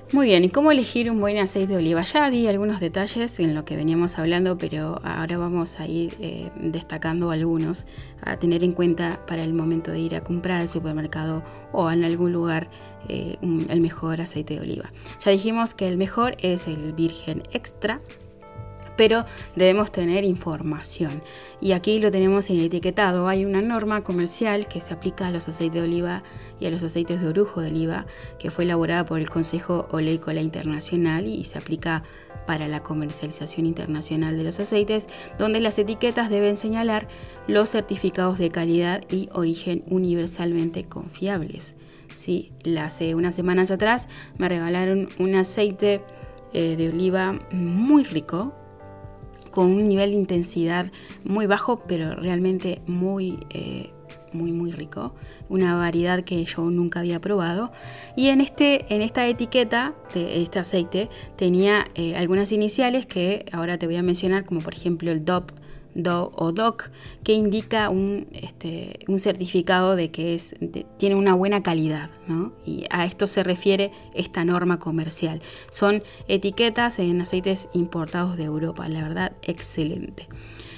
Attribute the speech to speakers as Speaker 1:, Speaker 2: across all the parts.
Speaker 1: Muy bien, ¿y cómo elegir un buen aceite de oliva? Ya di algunos detalles en lo que veníamos hablando, pero ahora vamos a ir destacando algunos a tener en cuenta para el momento de ir a comprar al supermercado o en algún lugar el mejor aceite de oliva. Ya dijimos que el mejor es el virgen extra, pero debemos tener información. Y aquí lo tenemos en el etiquetado. Hay una norma comercial que se aplica a los aceites de oliva y a los aceites de orujo de oliva, que fue elaborada por el Consejo Oleícola Internacional y se aplica para la comercialización internacional de los aceites, donde las etiquetas deben señalar los certificados de calidad y origen universalmente confiables. Sí, hace unas semanas atrás me regalaron un aceite de oliva muy rico, con un nivel de intensidad muy bajo, pero realmente muy rico, una variedad que yo nunca había probado. Y en esta etiqueta de este aceite tenía algunas iniciales que ahora te voy a mencionar, como por ejemplo el DOP o DOC, que indica un certificado de que tiene una buena calidad, ¿no? Y a esto se refiere esta norma comercial. Son etiquetas en aceites importados de Europa, la verdad, excelente.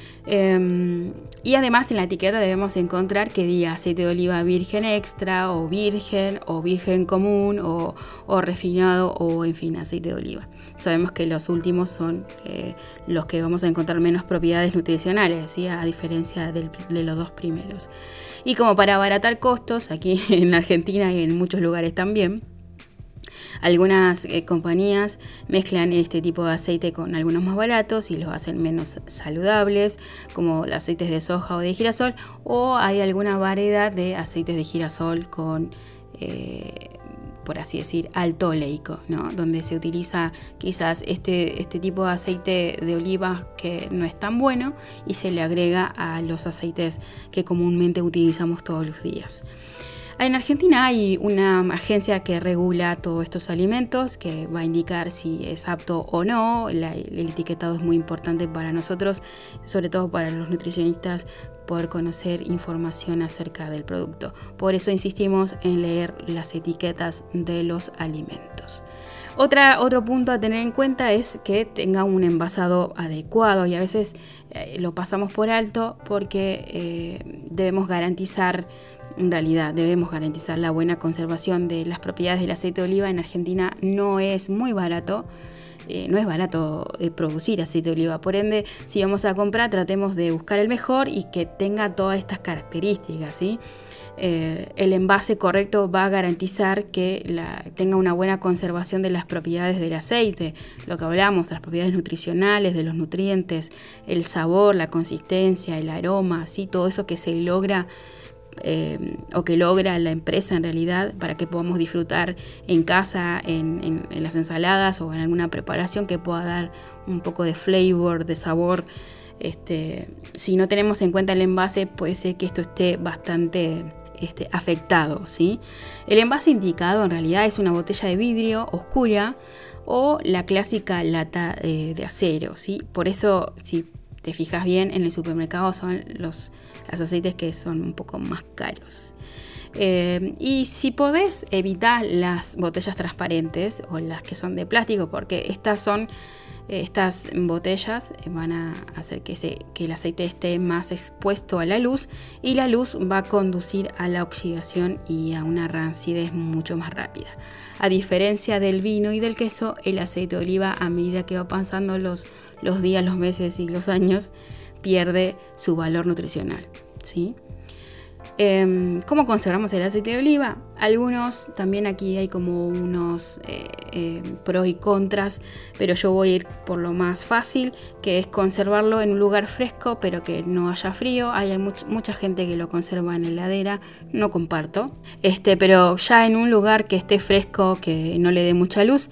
Speaker 1: Y además en la etiqueta debemos encontrar que diga aceite de oliva virgen extra o virgen común o refinado o en fin aceite de oliva. Sabemos que los últimos son los que vamos a encontrar menos propiedades nutricionales, ¿sí? A diferencia de los dos primeros. Y como para abaratar costos, aquí en Argentina y en muchos lugares también, algunas compañías mezclan este tipo de aceite con algunos más baratos y los hacen menos saludables, como los aceites de soja o de girasol, o hay alguna variedad de aceites de girasol con, por así decir, alto oleico, ¿no? Donde se utiliza quizás este tipo de aceite de oliva que no es tan bueno y se le agrega a los aceites que comúnmente utilizamos todos los días. En Argentina hay una agencia que regula todos estos alimentos, que va a indicar si es apto o no. El etiquetado es muy importante para nosotros, sobre todo para los nutricionistas, poder conocer información acerca del producto. Por eso insistimos en leer las etiquetas de los alimentos. Otro punto a tener en cuenta es que tenga un envasado adecuado, y a veces lo pasamos por alto porque debemos garantizar la buena conservación de las propiedades del aceite de oliva. En Argentina no es muy barato. No es barato producir aceite de oliva, por ende, si vamos a comprar, tratemos de buscar el mejor y que tenga todas estas características, ¿sí? El envase correcto va a garantizar que tenga una buena conservación de las propiedades del aceite, lo que hablamos, las propiedades nutricionales, de los nutrientes, el sabor, la consistencia, el aroma, ¿sí? Todo eso que se logra o que logra la empresa en realidad, para que podamos disfrutar en casa, en las ensaladas o en alguna preparación que pueda dar un poco de flavor, de sabor. Si no tenemos en cuenta el envase, puede ser que esto esté bastante afectado, ¿sí? El envase indicado en realidad es una botella de vidrio oscura o la clásica lata de acero, ¿sí? Por eso, si te fijas bien, en el supermercado son los aceites que son un poco más caros. Y si podés, evitar las botellas transparentes o las que son de plástico, porque estas botellas van a hacer que el aceite esté más expuesto a la luz, y la luz va a conducir a la oxidación y a una rancidez mucho más rápida. A diferencia del vino y del queso, el aceite de oliva, a medida que va pasando los días, los meses y los años, pierde su valor nutricional, ¿sí? ¿Cómo conservamos el aceite de oliva? Algunos, también aquí hay como unos pros y contras, pero yo voy a ir por lo más fácil, que es conservarlo en un lugar fresco, pero que no haya frío. Hay mucha gente que lo conserva en la heladera, no comparto, pero ya en un lugar que esté fresco, que no le dé mucha luz,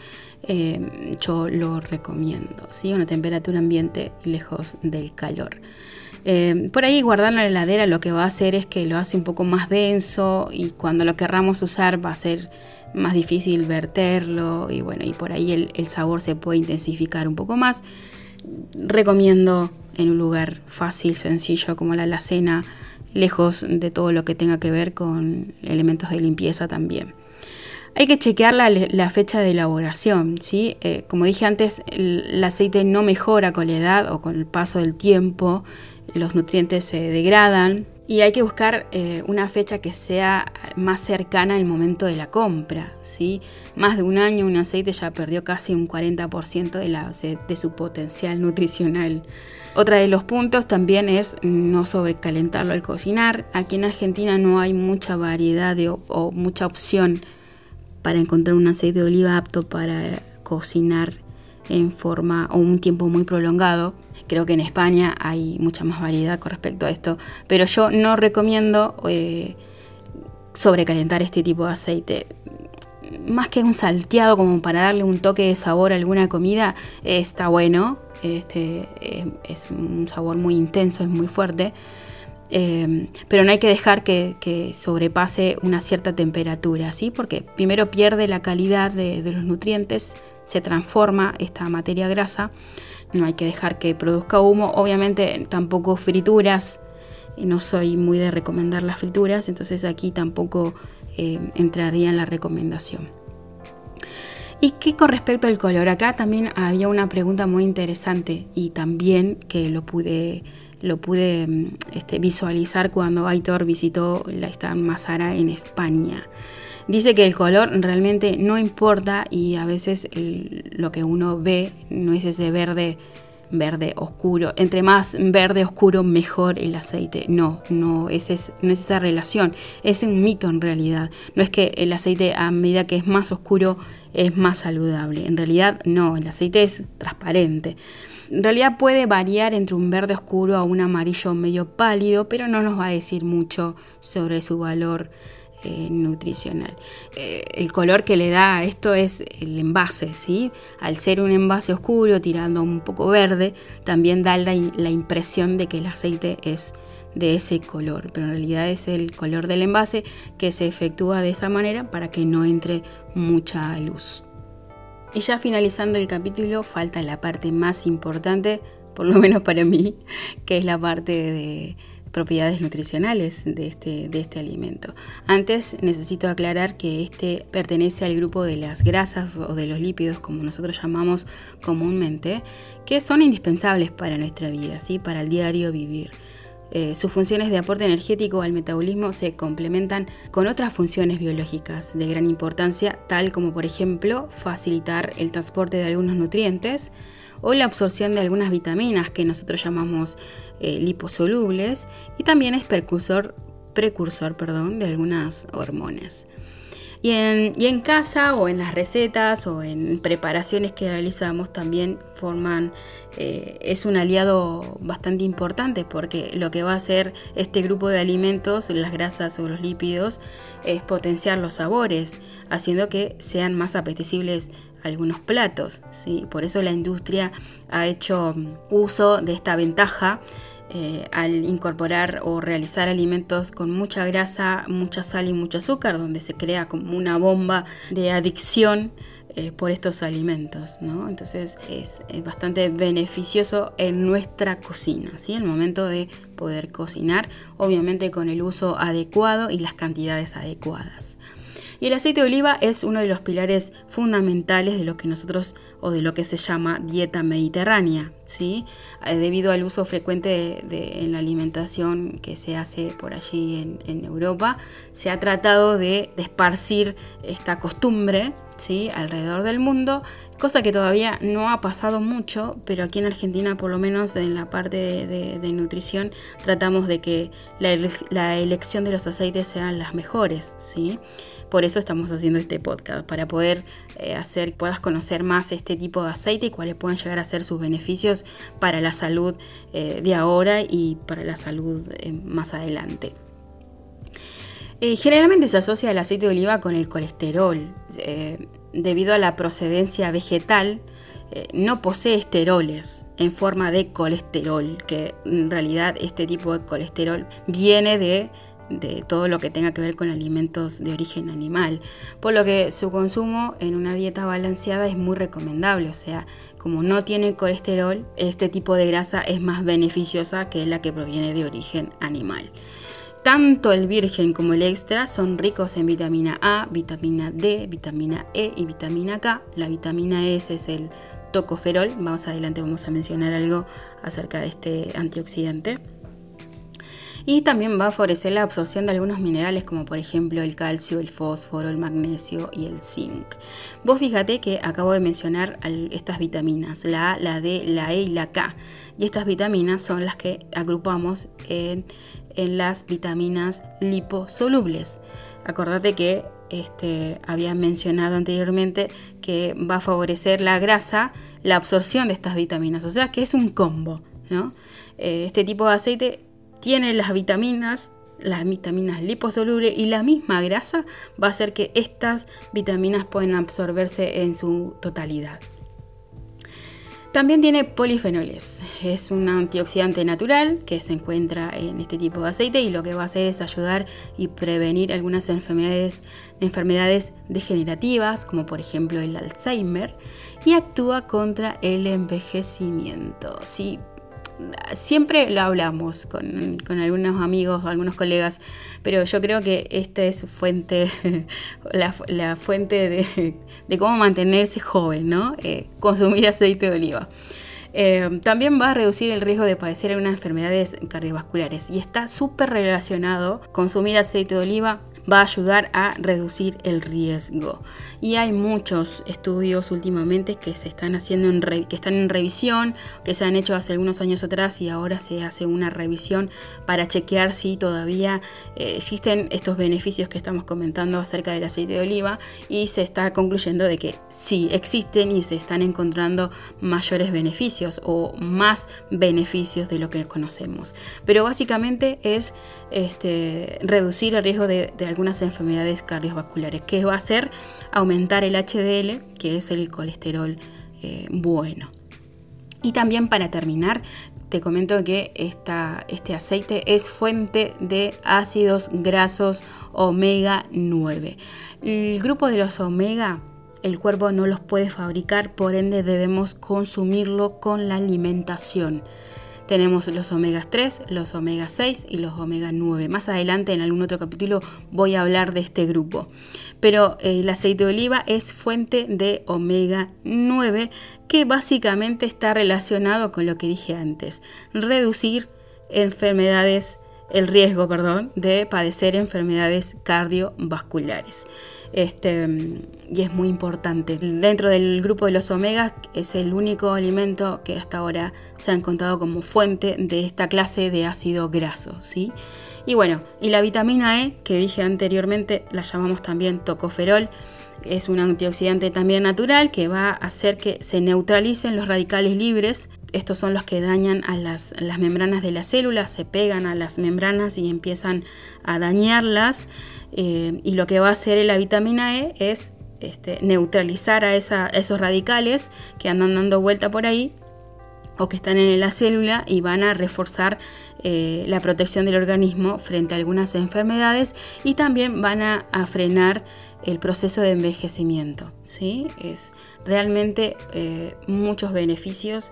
Speaker 1: yo lo recomiendo, ¿sí? Una temperatura ambiente lejos del calor. Por ahí guardarlo en la heladera lo que va a hacer es que lo hace un poco más denso, y cuando lo querramos usar va a ser más difícil verterlo, y bueno, y por ahí el sabor se puede intensificar un poco más. Recomiendo en un lugar fácil, sencillo, como la alacena, lejos de todo lo que tenga que ver con elementos de limpieza también. Hay que chequear la fecha de elaboración, ¿sí? Como dije antes, el aceite no mejora con la edad o con el paso del tiempo, los nutrientes se degradan y hay que buscar una fecha que sea más cercana al momento de la compra, ¿sí? Más de un año un aceite ya perdió casi un 40% de su potencial nutricional. Otra de los puntos también es no sobrecalentarlo al cocinar. Aquí en Argentina no hay mucha variedad o mucha opción para encontrar un aceite de oliva apto para cocinar en forma o un tiempo muy prolongado. Creo que en España hay mucha más variedad con respecto a esto, pero yo no recomiendo sobrecalentar este tipo de aceite. Más que un salteado como para darle un toque de sabor a alguna comida, está bueno. Es un sabor muy intenso, es muy fuerte. Pero no hay que dejar que sobrepase una cierta temperatura, ¿sí? Porque primero pierde la calidad de los nutrientes, se transforma esta materia grasa. No hay que dejar que produzca humo. Obviamente tampoco frituras, no soy muy de recomendar las frituras, entonces aquí tampoco entraría en la recomendación. Y que con respecto al color, acá también había una pregunta muy interesante y también que lo pude visualizar cuando Aitor visitó la Stand Mazara en España. Dice que el color realmente no importa y a veces lo que uno ve no es ese verde oscuro. Entre más verde oscuro mejor el aceite. No es esa relación. Es un mito en realidad. No es que el aceite a medida que es más oscuro es más saludable. En realidad no, el aceite es transparente. En realidad puede variar entre un verde oscuro a un amarillo medio pálido, pero no nos va a decir mucho sobre su valor nutricional. El color que le da a esto es el envase, ¿sí? Al ser un envase oscuro tirando un poco verde, también da la impresión de que el aceite es de ese color, pero en realidad es el color del envase que se efectúa de esa manera para que no entre mucha luz. Y ya finalizando el capítulo, falta la parte más importante, por lo menos para mí, que es la parte de propiedades nutricionales de este alimento. Antes necesito aclarar que este pertenece al grupo de las grasas o de los lípidos, como nosotros llamamos comúnmente, que son indispensables para nuestra vida, ¿sí? Para el diario vivir. Sus funciones de aporte energético al metabolismo se complementan con otras funciones biológicas de gran importancia, tal como por ejemplo facilitar el transporte de algunos nutrientes o la absorción de algunas vitaminas que nosotros llamamos liposolubles, y también es precursor de algunas hormonas. Y en casa o en las recetas o en preparaciones que realizamos también es un aliado bastante importante, porque lo que va a hacer este grupo de alimentos, las grasas o los lípidos, es potenciar los sabores, haciendo que sean más apetecibles algunos platos, ¿sí? Por eso la industria ha hecho uso de esta ventaja al incorporar o realizar alimentos con mucha grasa, mucha sal y mucho azúcar, donde se crea como una bomba de adicción por estos alimentos, ¿no? Entonces es bastante beneficioso en nuestra cocina, ¿sí? El momento de poder cocinar, obviamente con el uso adecuado y las cantidades adecuadas. Y el aceite de oliva es uno de los pilares fundamentales de lo que nosotros o de lo que se llama dieta mediterránea, ¿sí? Debido al uso frecuente en la alimentación que se hace por allí en Europa, se ha tratado de esparcir esta costumbre, ¿sí? Alrededor del mundo, cosa que todavía no ha pasado mucho, pero aquí en Argentina, por lo menos en la parte de nutrición, tratamos de que la elección de los aceites sean las mejores, ¿sí? Por eso estamos haciendo este podcast, para poder puedas conocer más este tipo de aceite y cuáles pueden llegar a ser sus beneficios para la salud de ahora y para la salud más adelante. Generalmente se asocia el aceite de oliva con el colesterol. Debido a la procedencia vegetal, no posee esteroles en forma de colesterol, que en realidad este tipo de colesterol viene de todo lo que tenga que ver con alimentos de origen animal, por lo que su consumo en una dieta balanceada es muy recomendable. O sea, como no tiene colesterol, este tipo de grasa es más beneficiosa que la que proviene de origen animal. Tanto el virgen como el extra son ricos en vitamina A, vitamina D, vitamina E y vitamina K. La vitamina E es el tocoferol. Más adelante vamos a mencionar algo acerca de este antioxidante. Y también va a favorecer la absorción de algunos minerales como por ejemplo el calcio, el fósforo, el magnesio y el zinc. Vos fíjate que acabo de mencionar estas vitaminas, la A, la D, la E y la K. Y estas vitaminas son las que agrupamos en las vitaminas liposolubles. Acordate que había mencionado anteriormente que va a favorecer la grasa, la absorción de estas vitaminas, o sea que es un combo, ¿no? Este tipo de aceite tiene las vitaminas liposolubles y la misma grasa va a hacer que estas vitaminas puedan absorberse en su totalidad. También tiene polifenoles, es un antioxidante natural que se encuentra en este tipo de aceite y lo que va a hacer es ayudar y prevenir algunas enfermedades degenerativas como por ejemplo el Alzheimer y actúa contra el envejecimiento. Sí, siempre lo hablamos con algunos amigos o algunos colegas, pero yo creo que esta es la fuente de cómo mantenerse joven, ¿no? Consumir aceite de oliva. También va a reducir el riesgo de padecer algunas enfermedades cardiovasculares y está súper relacionado. Consumir aceite de oliva va a ayudar a reducir el riesgo. Y hay muchos estudios últimamente que se están haciendo que están en revisión, que se han hecho hace algunos años atrás y ahora se hace una revisión para chequear si todavía existen estos beneficios que estamos comentando acerca del aceite de oliva, y se está concluyendo de que sí existen y se están encontrando mayores beneficios o más beneficios de lo que conocemos. Pero básicamente es reducir el riesgo de algunas enfermedades cardiovasculares, que va a hacer aumentar el HDL, que es el colesterol bueno. Y también, para terminar, te comento que este aceite es fuente de ácidos grasos omega 9. El grupo de los omega, el cuerpo no los puede fabricar, por ende debemos consumirlo con la alimentación. Tenemos los omega 3, los omega 6 y los omega 9. Más adelante en algún otro capítulo voy a hablar de este grupo. Pero el aceite de oliva es fuente de omega 9, que básicamente está relacionado con lo que dije antes. Reducir el riesgo de padecer enfermedades cardiovasculares. Y es muy importante. Dentro del grupo de los omegas es el único alimento que hasta ahora se ha encontrado como fuente de esta clase de ácido graso, ¿sí? Y bueno, y la vitamina E, que dije anteriormente, la llamamos también tocoferol. Es un antioxidante también natural que va a hacer que se neutralicen los radicales libres. Estos son los que dañan a las membranas de las células, se pegan a las membranas y empiezan a dañarlas. Y lo que va a hacer la vitamina E es neutralizar a esos radicales que andan dando vuelta por ahí o que están en la célula, y van a reforzar la protección del organismo frente a algunas enfermedades, y también van a frenar el proceso de envejecimiento, ¿sí? Es realmente muchos beneficios,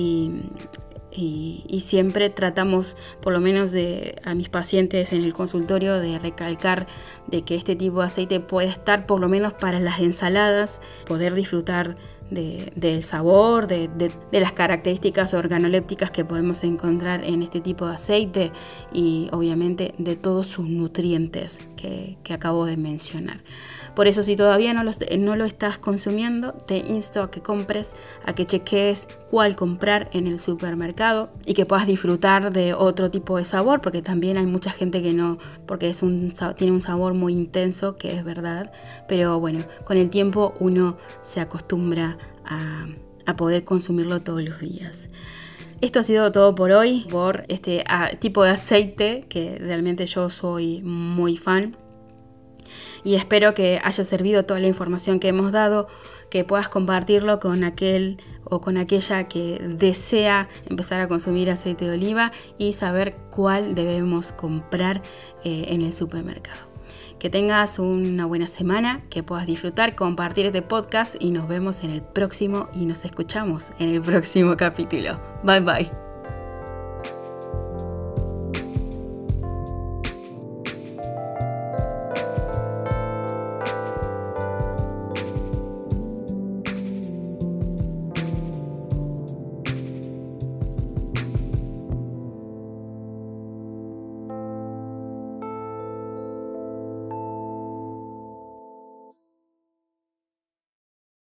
Speaker 1: y siempre tratamos, por lo menos a mis pacientes en el consultorio, de recalcar de que este tipo de aceite puede estar por lo menos para las ensaladas, poder disfrutar del sabor, de las características organolépticas que podemos encontrar en este tipo de aceite, y obviamente de todos sus nutrientes que acabo de mencionar. Por eso, si todavía no lo estás consumiendo, te insto a que compres, a que cheques cuál comprar en el supermercado y que puedas disfrutar de otro tipo de sabor, porque también hay mucha gente que no, porque tiene un sabor muy intenso, que es verdad, pero bueno, con el tiempo uno se acostumbra a poder consumirlo todos los días. Esto ha sido todo por hoy, por este tipo de aceite que realmente yo soy muy fan. Y espero que haya servido toda la información que hemos dado, que puedas compartirlo con aquel o con aquella que desea empezar a consumir aceite de oliva y saber cuál debemos comprar en el supermercado. Que tengas una buena semana, que puedas disfrutar, compartir este podcast, y nos vemos en el próximo y nos escuchamos en el próximo capítulo. Bye bye.